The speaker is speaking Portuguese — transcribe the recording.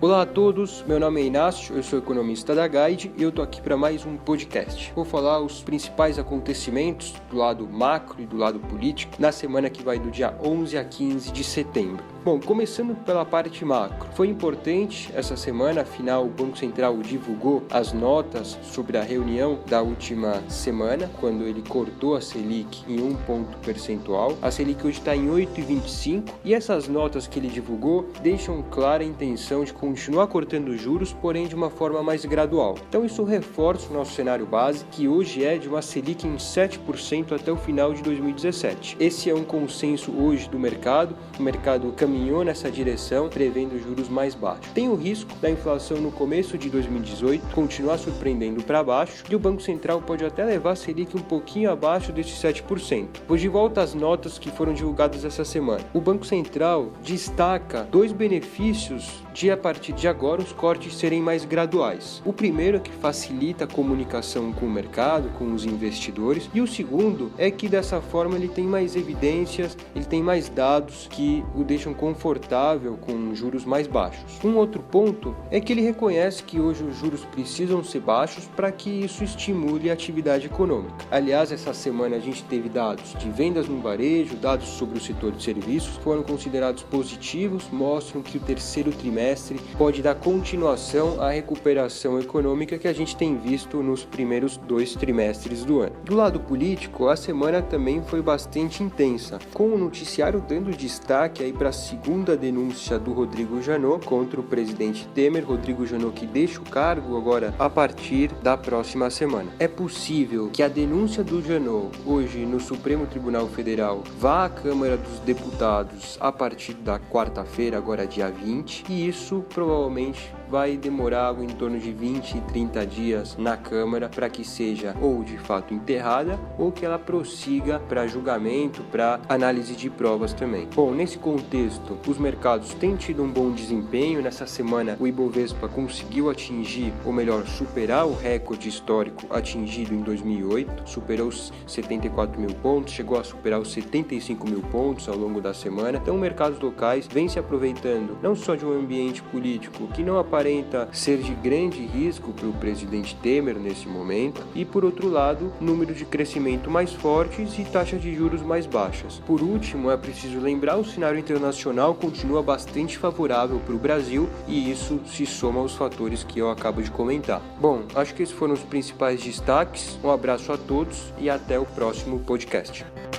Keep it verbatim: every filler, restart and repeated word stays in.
Olá a todos, meu nome é Inácio, eu sou economista da Guide e eu tô aqui para mais um podcast. Vou falar os principais acontecimentos do lado macro e do lado político na semana que vai do dia onze a quinze de setembro. Bom, começando pela parte macro, foi importante essa semana, afinal o Banco Central divulgou as notas sobre a reunião da última semana, quando ele cortou a Selic em um ponto percentual. A Selic hoje está em oito vírgula vinte e cinco e essas notas que ele divulgou deixam clara a intenção de continuar cortando juros, porém de uma forma mais gradual. Então isso reforça o nosso cenário base, que hoje é de uma Selic em sete por cento até o final de dois mil e dezessete. Esse é um consenso hoje do mercado, o mercado caminhou nessa direção, prevendo juros mais baixos. Tem o risco da inflação no começo de dois mil e dezoito continuar surpreendendo para baixo e o Banco Central pode até levar a Selic um pouquinho abaixo desses sete por cento. Vou de volta às notas que foram divulgadas essa semana. O Banco Central destaca dois benefícios de, a partir de agora, os cortes serem mais graduais. O primeiro é que facilita a comunicação com o mercado, com os investidores, e o segundo é que dessa forma ele tem mais evidências, ele tem mais dados que o deixam confortável com juros mais baixos. Um outro ponto é que ele reconhece que hoje os juros precisam ser baixos para que isso estimule a atividade econômica. Aliás, essa semana a gente teve dados de vendas no varejo, dados sobre o setor de serviços foram considerados positivos, mostram que o terceiro trimestre pode dar continuação à recuperação econômica que a gente tem visto nos primeiros dois trimestres do ano. Do lado político, a semana também foi bastante intensa, com o noticiário dando destaque aí para a segunda denúncia do Rodrigo Janot contra o presidente Temer. Rodrigo Janot que deixa o cargo agora a partir da próxima semana. É possível que a denúncia do Janot hoje no Supremo Tribunal Federal vá à Câmara dos Deputados a partir da quarta-feira, agora dia vinte, e isso provavelmente vai demorar algo em torno de vinte e trinta dias na Câmara para que seja ou de fato enterrada ou que ela prossiga para julgamento, para análise de provas também. Bom, nesse contexto, os mercados têm tido um bom desempenho. Nessa semana, o Ibovespa conseguiu atingir, ou melhor, superar o recorde histórico atingido em dois mil e oito, superou os setenta e quatro mil pontos, chegou a superar os setenta e cinco mil pontos ao longo da semana. Então, mercados locais vêm se aproveitando não só de um ambiente político que não aparenta ser de grande risco para o presidente Temer nesse momento e, por outro lado, número de crescimento mais fortes e taxa de juros mais baixas. Por último, é preciso lembrar, o cenário internacional continua bastante favorável para o Brasil e isso se soma aos fatores que eu acabo de comentar. Bom, acho que esses foram os principais destaques. Um abraço a todos e até o próximo podcast.